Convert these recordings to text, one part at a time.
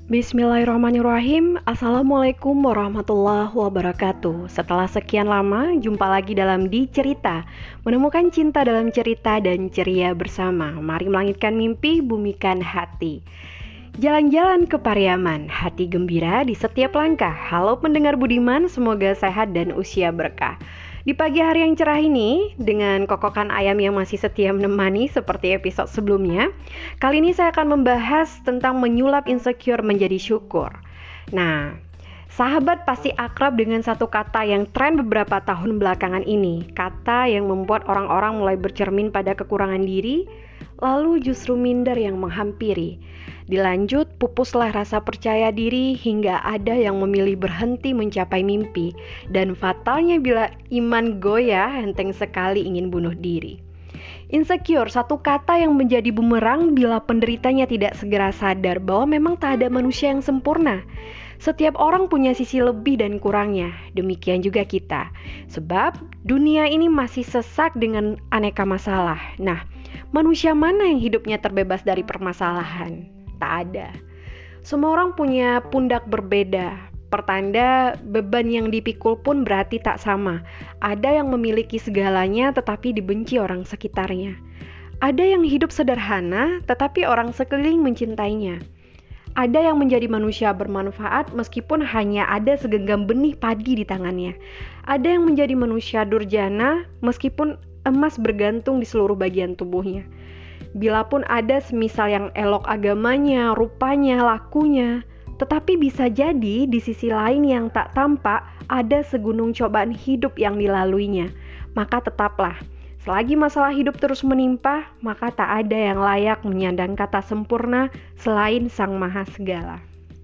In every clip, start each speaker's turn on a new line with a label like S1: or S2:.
S1: Bismillahirrahmanirrahim. Assalamualaikum warahmatullahi wabarakatuh. Setelah sekian lama, jumpa lagi dalam Di Cerita. Menemukan cinta dalam cerita dan ceria bersama. Mari melangitkan mimpi, bumikan hati. Jalan-jalan ke Pariaman, hati gembira di setiap langkah. Halo pendengar budiman, semoga sehat dan usia berkah. Di pagi hari yang cerah ini, dengan kokokan ayam yang masih setia menemani seperti episode sebelumnya, kali ini saya akan membahas tentang menyulap insecure menjadi syukur. Nah, sahabat pasti akrab dengan satu kata yang tren beberapa tahun belakangan ini. Kata yang membuat orang-orang mulai bercermin pada kekurangan diri, lalu justru minder yang menghampiri. Dilanjut, pupuslah rasa percaya diri hingga ada yang memilih berhenti mencapai mimpi. Dan fatalnya bila iman goyah, enteng sekali ingin bunuh diri. Insecure, satu kata yang menjadi bumerang bila penderitanya tidak segera sadar bahwa memang tak ada manusia yang sempurna. Setiap orang punya sisi lebih dan kurangnya, demikian juga kita. Sebab dunia ini masih sesak dengan aneka masalah. Nah, manusia mana yang hidupnya terbebas dari permasalahan? Tak ada. Semua orang punya pundak berbeda. Pertanda beban yang dipikul pun berarti tak sama. Ada yang memiliki segalanya tetapi dibenci orang sekitarnya. Ada yang hidup sederhana tetapi orang sekeliling mencintainya. Ada yang menjadi manusia bermanfaat meskipun hanya ada segenggam benih padi di tangannya. Ada yang menjadi manusia durjana meskipun emas bergantung di seluruh bagian tubuhnya. Bilapun ada semisal yang elok agamanya, rupanya, lakunya, tetapi bisa jadi di sisi lain yang tak tampak ada segunung cobaan hidup yang dilaluinya. Maka tetaplah, selagi masalah hidup terus menimpa, maka tak ada yang layak menyandang kata sempurna selain Sang Maha Segala.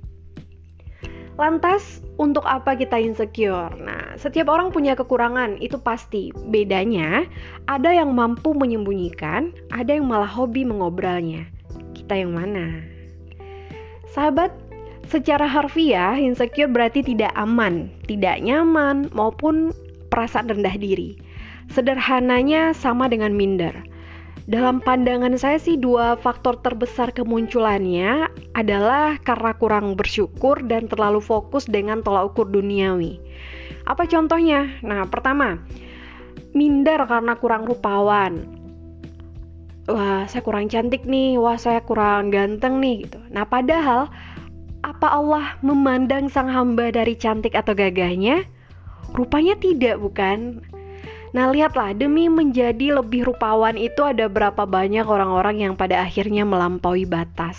S1: Lantas, untuk apa kita insecure? Nah, setiap orang punya kekurangan, itu pasti. Bedanya, ada yang mampu menyembunyikan, ada yang malah hobi mengobrolnya. Kita yang mana? Sahabat, secara harfiah, insecure berarti tidak aman, tidak nyaman, maupun perasaan rendah diri. Sederhananya sama dengan minder. Dalam pandangan saya sih dua faktor terbesar kemunculannya adalah karena kurang bersyukur dan terlalu fokus dengan tolak ukur duniawi. Apa contohnya? Nah, pertama, minder karena kurang rupawan. Wah, saya kurang cantik nih, wah saya kurang ganteng nih gitu. Nah, padahal apa Allah memandang sang hamba dari cantik atau gagahnya? Rupanya tidak, bukan? Nah, lihatlah, demi menjadi lebih rupawan itu ada berapa banyak orang-orang yang pada akhirnya melampaui batas.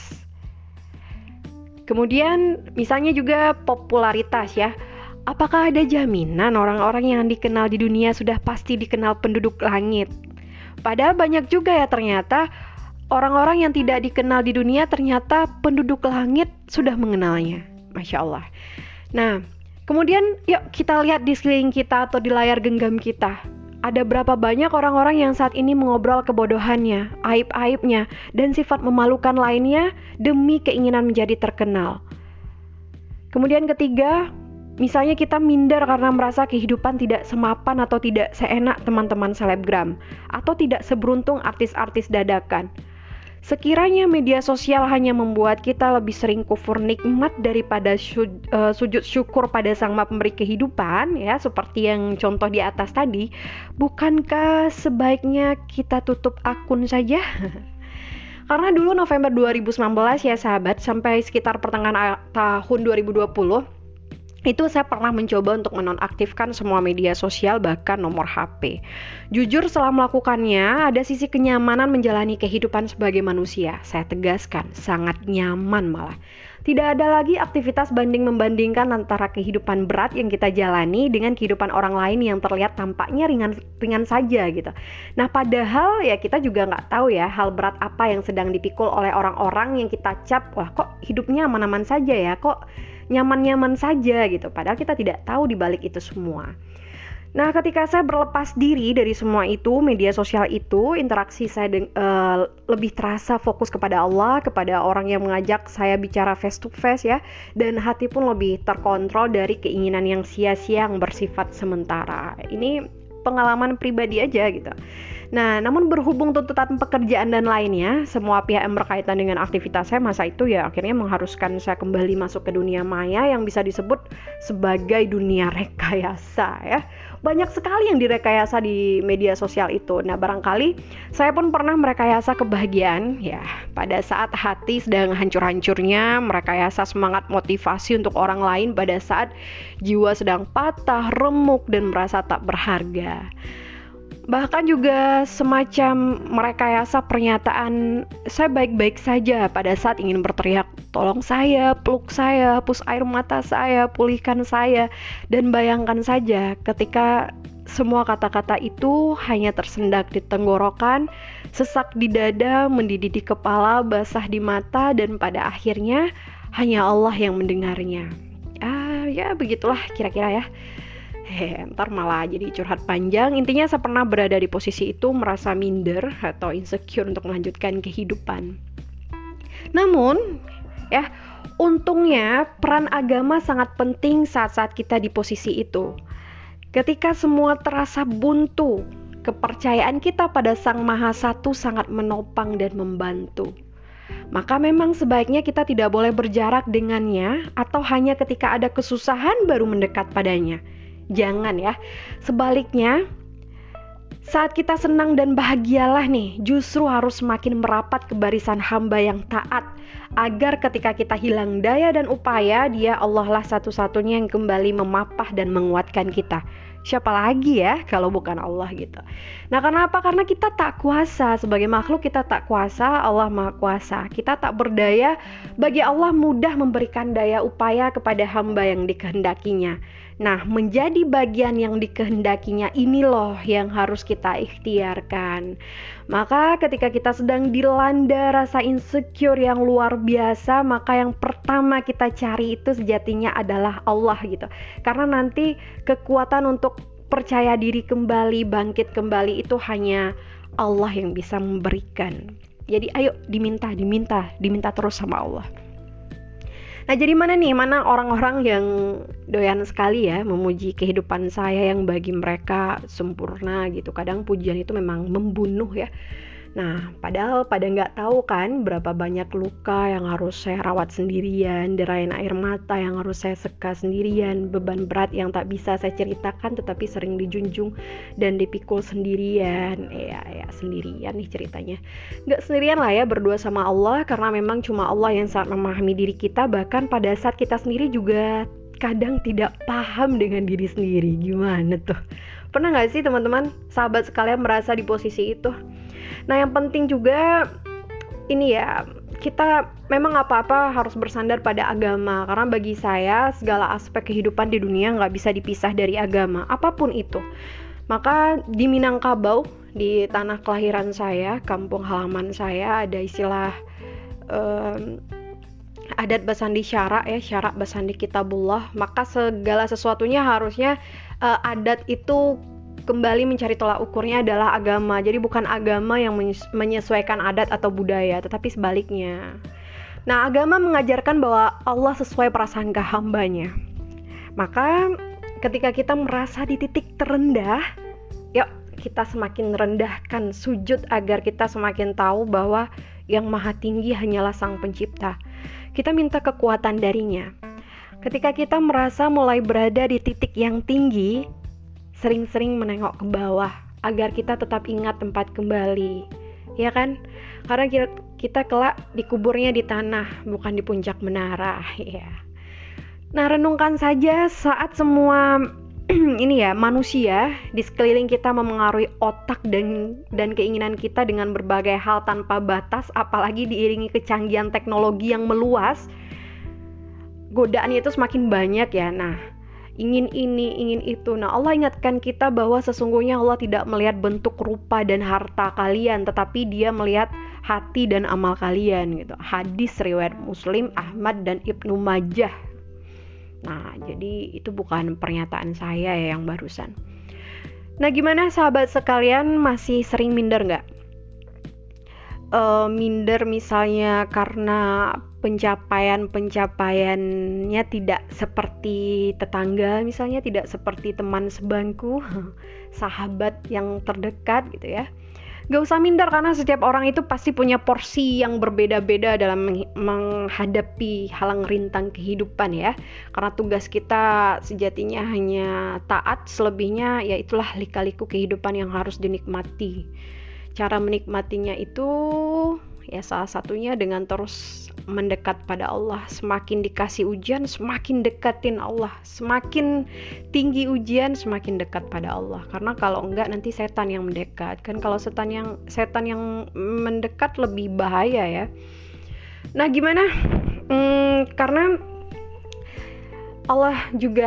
S1: Kemudian, misalnya juga popularitas ya. Apakah ada jaminan orang-orang yang dikenal di dunia sudah pasti dikenal penduduk langit? Padahal banyak juga ya ternyata orang-orang yang tidak dikenal di dunia ternyata penduduk langit sudah mengenalnya. Masya Allah. Nah, kemudian yuk kita lihat di sekeliling kita atau di layar genggam kita. Ada berapa banyak orang-orang yang saat ini mengobrol kebodohannya, aib-aibnya, dan sifat memalukan lainnya demi keinginan menjadi terkenal. Kemudian ketiga, misalnya kita minder karena merasa kehidupan tidak semapan atau tidak seenak teman-teman selebgram, atau tidak seberuntung artis-artis dadakan. Sekiranya media sosial hanya membuat kita lebih sering kufur nikmat daripada sujud syukur pada Sang Maha Pemberi kehidupan, ya seperti yang contoh di atas tadi, bukankah sebaiknya kita tutup akun saja? Karena dulu November 2019 ya sahabat, sampai sekitar pertengahan tahun 2020, itu saya pernah mencoba untuk menonaktifkan semua media sosial bahkan nomor HP. Jujur setelah melakukannya ada sisi kenyamanan menjalani kehidupan sebagai manusia. Saya tegaskan, sangat nyaman malah. Tidak ada lagi aktivitas banding-membandingkan antara kehidupan berat yang kita jalani dengan kehidupan orang lain yang terlihat tampaknya ringan saja gitu. Nah padahal ya kita juga nggak tahu ya hal berat apa yang sedang dipikul oleh orang-orang yang kita cap, wah kok hidupnya aman-aman saja ya, kok nyaman-nyaman saja gitu. Padahal kita tidak tahu di balik itu semua. Nah, ketika saya berlepas diri dari semua itu, media sosial itu, interaksi saya lebih terasa fokus kepada Allah, kepada orang yang mengajak saya bicara face to face ya, dan hati pun lebih terkontrol dari keinginan yang sia-sia yang bersifat sementara. Ini pengalaman pribadi aja gitu. Nah, namun berhubung tuntutan pekerjaan dan lainnya, semua pihak yang berkaitan dengan aktivitas saya masa itu ya akhirnya mengharuskan saya kembali masuk ke dunia maya yang bisa disebut sebagai dunia rekayasa ya. Banyak sekali yang direkayasa di media sosial itu. Nah, barangkali saya pun pernah merekayasa kebahagiaan ya. Pada saat hati sedang hancur-hancurnya, merekayasa semangat motivasi untuk orang lain pada saat jiwa sedang patah, remuk dan merasa tak berharga. Bahkan juga semacam merekayasa pernyataan saya baik-baik saja pada saat ingin berteriak, tolong saya, peluk saya, hapus air mata saya, pulihkan saya. Dan bayangkan saja ketika semua kata-kata itu hanya tersendak di tenggorokan, sesak di dada, mendidih di kepala, basah di mata, dan pada akhirnya hanya Allah yang mendengarnya. Ya begitulah kira-kira ya. Ntar malah jadi curhat panjang. Intinya saya pernah berada di posisi itu, merasa minder atau insecure untuk melanjutkan kehidupan. Namun ya, untungnya peran agama sangat penting saat-saat kita di posisi itu. Ketika semua terasa buntu, kepercayaan kita pada Sang Maha Satu sangat menopang dan membantu. Maka memang sebaiknya kita tidak boleh berjarak dengannya atau hanya ketika ada kesusahan baru mendekat padanya. Jangan ya. Sebaliknya, saat kita senang dan bahagialah nih, justru harus semakin merapat ke barisan hamba yang taat, agar ketika kita hilang daya dan upaya, Dia Allah lah satu-satunya yang kembali memapah dan menguatkan kita. Siapa lagi ya kalau bukan Allah gitu. Nah, kenapa? Karena kita tak kuasa. Sebagai makhluk kita tak kuasa, Allah Maha Kuasa. Kita tak berdaya, bagi Allah mudah memberikan daya upaya kepada hamba yang dikehendakinya. Nah, menjadi bagian yang dikehendakinya ini loh yang harus kita ikhtiarkan. Maka ketika kita sedang dilanda rasa insecure yang luar biasa, maka yang pertama kita cari itu sejatinya adalah Allah gitu. Karena nanti kekuatan untuk percaya diri kembali, bangkit kembali itu hanya Allah yang bisa memberikan. Jadi ayo diminta terus sama Allah. Nah, jadi mana orang-orang yang doyan sekali ya memuji kehidupan saya yang bagi mereka sempurna gitu. Kadang pujian itu memang membunuh ya. Nah, padahal pada nggak tahu kan berapa banyak luka yang harus saya rawat sendirian, derayan air mata yang harus saya seka sendirian, beban berat yang tak bisa saya ceritakan tetapi sering dijunjung dan dipikul sendirian. Ya sendirian nih ceritanya. Nggak sendirian lah ya, berdua sama Allah, karena memang cuma Allah yang sangat memahami diri kita. Bahkan pada saat kita sendiri juga kadang tidak paham dengan diri sendiri. Gimana tuh? Pernah nggak sih teman-teman, sahabat sekalian merasa di posisi itu? Nah, yang penting juga ini ya, kita memang apa-apa harus bersandar pada agama. Karena bagi saya segala aspek kehidupan di dunia nggak bisa dipisah dari agama, apapun itu. Maka di Minangkabau, di tanah kelahiran saya, kampung halaman saya, ada istilah adat basandi syara ya, syara basandi kitabullah. Maka segala sesuatunya harusnya adat itu kembali mencari tolak ukurnya adalah agama. Jadi bukan agama yang menyesuaikan adat atau budaya, tetapi sebaliknya. Nah, agama mengajarkan bahwa Allah sesuai prasangka hambanya. Maka ketika kita merasa di titik terendah, yuk kita semakin rendahkan sujud agar kita semakin tahu bahwa yang maha tinggi hanyalah Sang Pencipta. Kita minta kekuatan darinya. Ketika kita merasa mulai berada di titik yang tinggi, sering-sering menengok ke bawah agar kita tetap ingat tempat kembali, ya kan? Karena kita kelak dikuburnya di tanah, bukan di puncak menara, ya. Nah, renungkan saja saat semua ini ya, manusia di sekeliling kita memengaruhi otak dan keinginan kita dengan berbagai hal tanpa batas, apalagi diiringi kecanggihan teknologi yang meluas, godaannya itu semakin banyak ya. Nah, ingin ini, ingin itu. Nah, Allah ingatkan kita bahwa sesungguhnya Allah tidak melihat bentuk, rupa, dan harta kalian, tetapi Dia melihat hati dan amal kalian gitu. Hadis riwayat Muslim, Ahmad, dan Ibnu Majah. Nah, jadi itu bukan pernyataan saya ya yang barusan. Nah, gimana sahabat sekalian, masih sering minder nggak? Minder misalnya karena pencapaiannya tidak seperti tetangga, misalnya tidak seperti teman sebangku, sahabat yang terdekat gitu ya. Gak usah minder karena setiap orang itu pasti punya porsi yang berbeda-beda dalam menghadapi halang rintang kehidupan ya. Karena tugas kita sejatinya hanya taat, selebihnya ya itulah lika-liku kehidupan yang harus dinikmati. Cara menikmatinya itu ya salah satunya dengan terus mendekat pada Allah. Semakin dikasih ujian, semakin dekatin Allah. Semakin tinggi ujian, semakin dekat pada Allah. Karena kalau enggak nanti setan yang mendekat. Kan kalau setan yang mendekat lebih bahaya ya. Nah, gimana? Karena Allah juga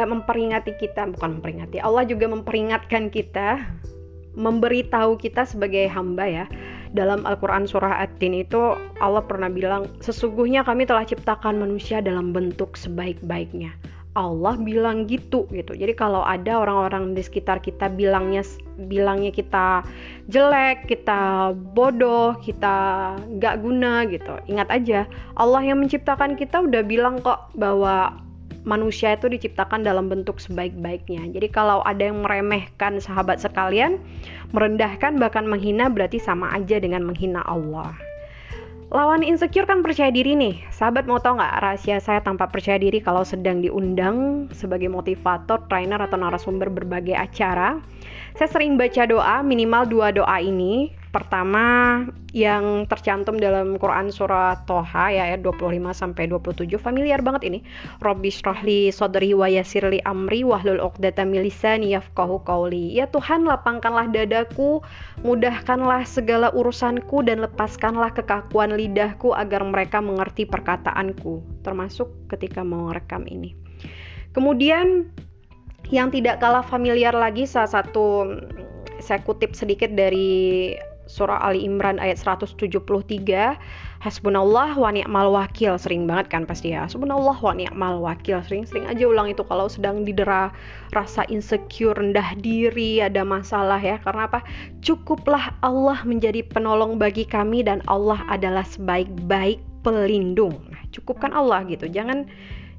S1: Allah juga memperingatkan kita, memberitahu kita sebagai hamba ya. Dalam Al-Quran surah At-Tin itu Allah pernah bilang, sesungguhnya kami telah ciptakan manusia dalam bentuk sebaik-baiknya. Allah bilang gitu. Jadi kalau ada orang-orang di sekitar kita bilangnya kita jelek, kita bodoh, kita gak guna gitu, ingat aja Allah yang menciptakan kita udah bilang kok bahwa manusia itu diciptakan dalam bentuk sebaik-baiknya. Jadi kalau ada yang meremehkan sahabat sekalian, merendahkan bahkan menghina, berarti sama aja dengan menghina Allah. Lawan insecure kan percaya diri nih. Sahabat mau tahu nggak rahasia saya tanpa percaya diri kalau sedang diundang sebagai motivator, trainer atau narasumber berbagai acara? Saya sering baca doa, minimal 2 doa ini. Pertama yang tercantum dalam Quran surah Toha ya, ayat 25-27, familiar banget ini. Robbi shrahli sodri wa yassirli amri wahlul 'uqdatam min lisani yafqahu qawli. Ya Tuhan, lapangkanlah dadaku, mudahkanlah segala urusanku, dan lepaskanlah kekakuan lidahku agar mereka mengerti perkataanku, termasuk ketika mau rekam ini. Kemudian yang tidak kalah familiar lagi, salah satu saya kutip sedikit dari surah Ali Imran ayat 173, hasbunallah wa ni'mal wakil. Sering banget kan pasti ya, hasbunallah wa ni'mal wakil. Sering aja ulang itu kalau sedang didera rasa insecure, rendah diri, ada masalah ya. Karena apa? Cukuplah Allah menjadi penolong bagi kami dan Allah adalah sebaik-baik pelindung. Nah, cukupkan Allah gitu. Jangan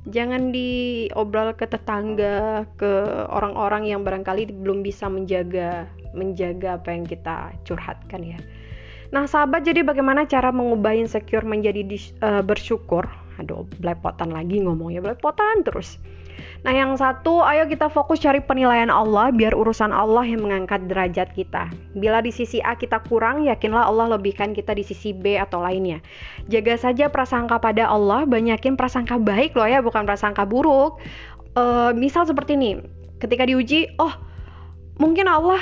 S1: diobrol ke tetangga, ke orang-orang yang barangkali belum bisa menjaga apa yang kita curhatkan ya. Nah sahabat, jadi bagaimana cara mengubah insecure menjadi bersyukur? Aduh, belepotan lagi ngomongnya, belepotan terus. Nah yang satu, ayo kita fokus cari penilaian Allah, biar urusan Allah yang mengangkat derajat kita. Bila di sisi A kita kurang, yakinlah Allah lebihkan kita di sisi B atau lainnya. Jaga saja prasangka pada Allah, banyakin prasangka baik loh ya, bukan prasangka buruk. Misal seperti ini, ketika diuji, mungkin Allah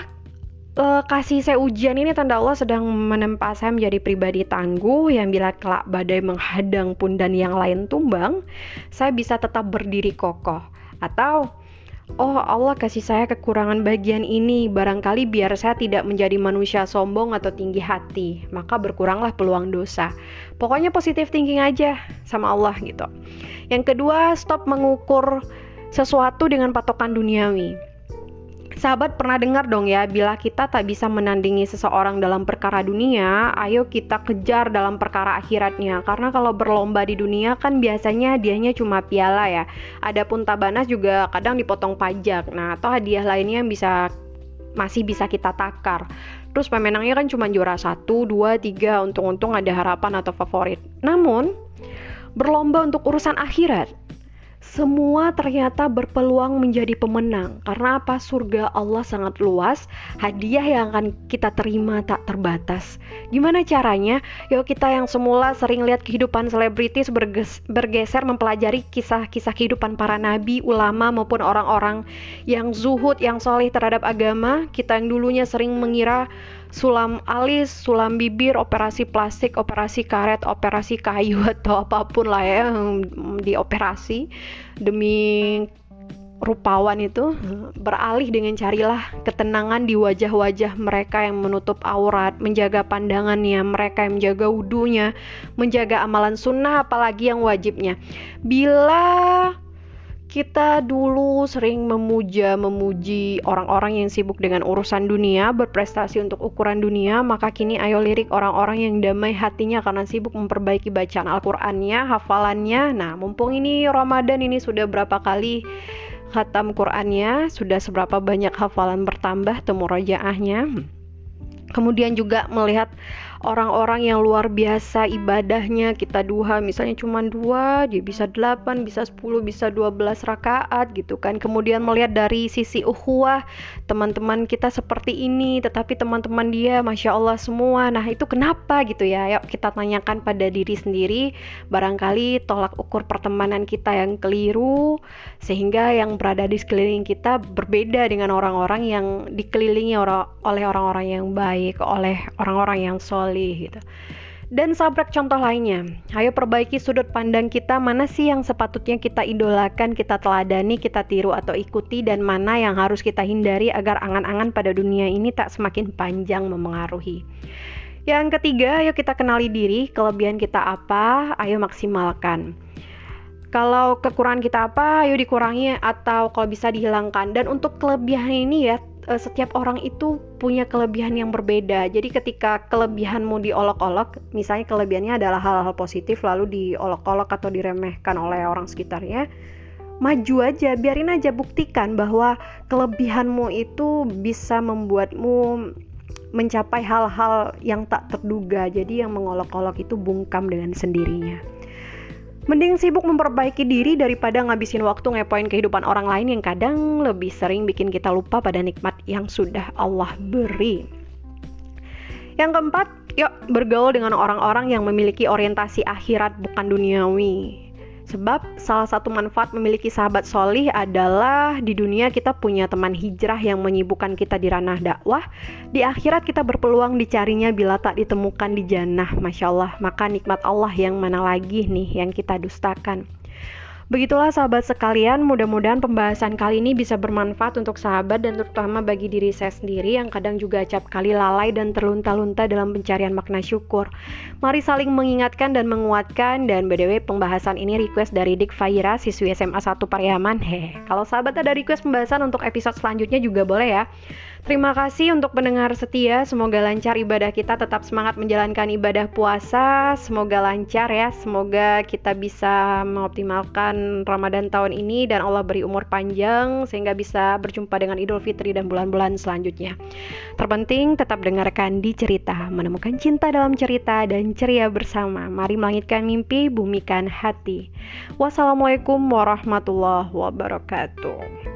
S1: kasih saya ujian ini tanda Allah sedang menempa saya menjadi pribadi tangguh yang bila kelak badai menghadang pun dan yang lain tumbang, saya bisa tetap berdiri kokoh. Atau Allah kasih saya kekurangan bagian ini, barangkali biar saya tidak menjadi manusia sombong atau tinggi hati, maka berkuranglah peluang dosa. Pokoknya positive thinking aja sama Allah gitu. Yang kedua, stop mengukur sesuatu dengan patokan duniawi. Sahabat pernah dengar dong ya, bila kita tak bisa menandingi seseorang dalam perkara dunia, ayo kita kejar dalam perkara akhiratnya. Karena kalau berlomba di dunia kan biasanya hadiahnya cuma piala ya. Adapun tabanas juga kadang dipotong pajak. Nah, atau hadiah lainnya yang masih bisa kita takar. Terus pemenangnya kan cuma juara 1, 2, 3, untung-untung ada harapan atau favorit. Namun, berlomba untuk urusan akhirat, semua ternyata berpeluang menjadi pemenang. Karena apa? Surga Allah sangat luas, hadiah yang akan kita terima tak terbatas. Gimana caranya? Yuk kita yang semula sering lihat kehidupan selebritis bergeser mempelajari kisah-kisah kehidupan para nabi, ulama maupun orang-orang yang zuhud, yang soleh terhadap agama. Kita yang dulunya sering mengira sulam alis, sulam bibir, operasi plastik, operasi karet, operasi kayu atau apapun lah ya dioperasi demi rupawan itu, beralih dengan carilah ketenangan di wajah-wajah mereka yang menutup aurat, menjaga pandangannya, mereka yang menjaga wudunya, menjaga amalan sunnah apalagi yang wajibnya. Bila kita dulu sering memuji orang-orang yang sibuk dengan urusan dunia, berprestasi untuk ukuran dunia, maka kini ayo lirik orang-orang yang damai hatinya karena sibuk memperbaiki bacaan Al-Qur'annya, hafalannya. Nah, mumpung ini Ramadan, ini sudah berapa kali khatam Qur'annya, sudah seberapa banyak hafalan bertambah, murojaahnya. Kemudian juga melihat orang-orang yang luar biasa ibadahnya, kita duha misalnya cuma 2, dia bisa 8, bisa 10, bisa 12 rakaat gitu kan. Kemudian melihat dari sisi ukhuwah, teman-teman kita seperti ini, tetapi teman-teman dia Masya Allah semua. Nah itu kenapa gitu ya? Yuk kita tanyakan pada diri sendiri, barangkali tolak ukur pertemanan kita yang keliru, sehingga yang berada di sekeliling kita berbeda dengan orang-orang yang dikelilingi oleh orang-orang yang baik, oleh orang-orang yang solih gitu. Dan sabrek contoh lainnya, ayo perbaiki sudut pandang kita, mana sih yang sepatutnya kita idolakan, kita teladani, kita tiru atau ikuti, dan mana yang harus kita hindari agar angan-angan pada dunia ini tak semakin panjang memengaruhi. Yang ketiga, ayo kita kenali diri, kelebihan kita apa, ayo maksimalkan. Kalau kekurangan kita apa, ayo dikurangi atau kalau bisa dihilangkan. Dan untuk kelebihan ini ya, setiap orang itu punya kelebihan yang berbeda. Jadi ketika kelebihanmu diolok-olok, misalnya kelebihannya adalah hal-hal positif lalu diolok-olok atau diremehkan oleh orang sekitarnya, maju aja, biarin aja, buktikan bahwa kelebihanmu itu bisa membuatmu mencapai hal-hal yang tak terduga. Jadi yang mengolok-olok itu bungkam dengan sendirinya. Mending sibuk memperbaiki diri daripada ngabisin waktu ngepoin kehidupan orang lain yang kadang lebih sering bikin kita lupa pada nikmat yang sudah Allah beri. Yang keempat, yuk bergaul dengan orang-orang yang memiliki orientasi akhirat bukan duniawi. Sebab salah satu manfaat memiliki sahabat solih adalah di dunia kita punya teman hijrah yang menyibukkan kita di ranah dakwah. Di akhirat kita berpeluang dicarinya bila tak ditemukan di jannah. Masya Allah, maka nikmat Allah yang mana lagi nih yang kita dustakan. Begitulah sahabat sekalian, mudah-mudahan pembahasan kali ini bisa bermanfaat untuk sahabat dan terutama bagi diri saya sendiri yang kadang juga acap kali lalai dan terlunta-lunta dalam pencarian makna syukur. Mari saling mengingatkan dan menguatkan. Dan by the way, pembahasan ini request dari Dik Faira, siswi SMA 1 Pariaman. Kalau sahabat ada request pembahasan untuk episode selanjutnya juga boleh ya. Terima kasih untuk pendengar setia, semoga lancar ibadah kita, tetap semangat menjalankan ibadah puasa, semoga lancar ya, semoga kita bisa mengoptimalkan Ramadan tahun ini dan Allah beri umur panjang sehingga bisa berjumpa dengan Idul Fitri dan bulan-bulan selanjutnya. Terpenting tetap dengarkan Di Cerita, menemukan cinta dalam cerita dan ceria bersama. Mari melangitkan mimpi, bumikan hati. Wassalamualaikum warahmatullahi wabarakatuh.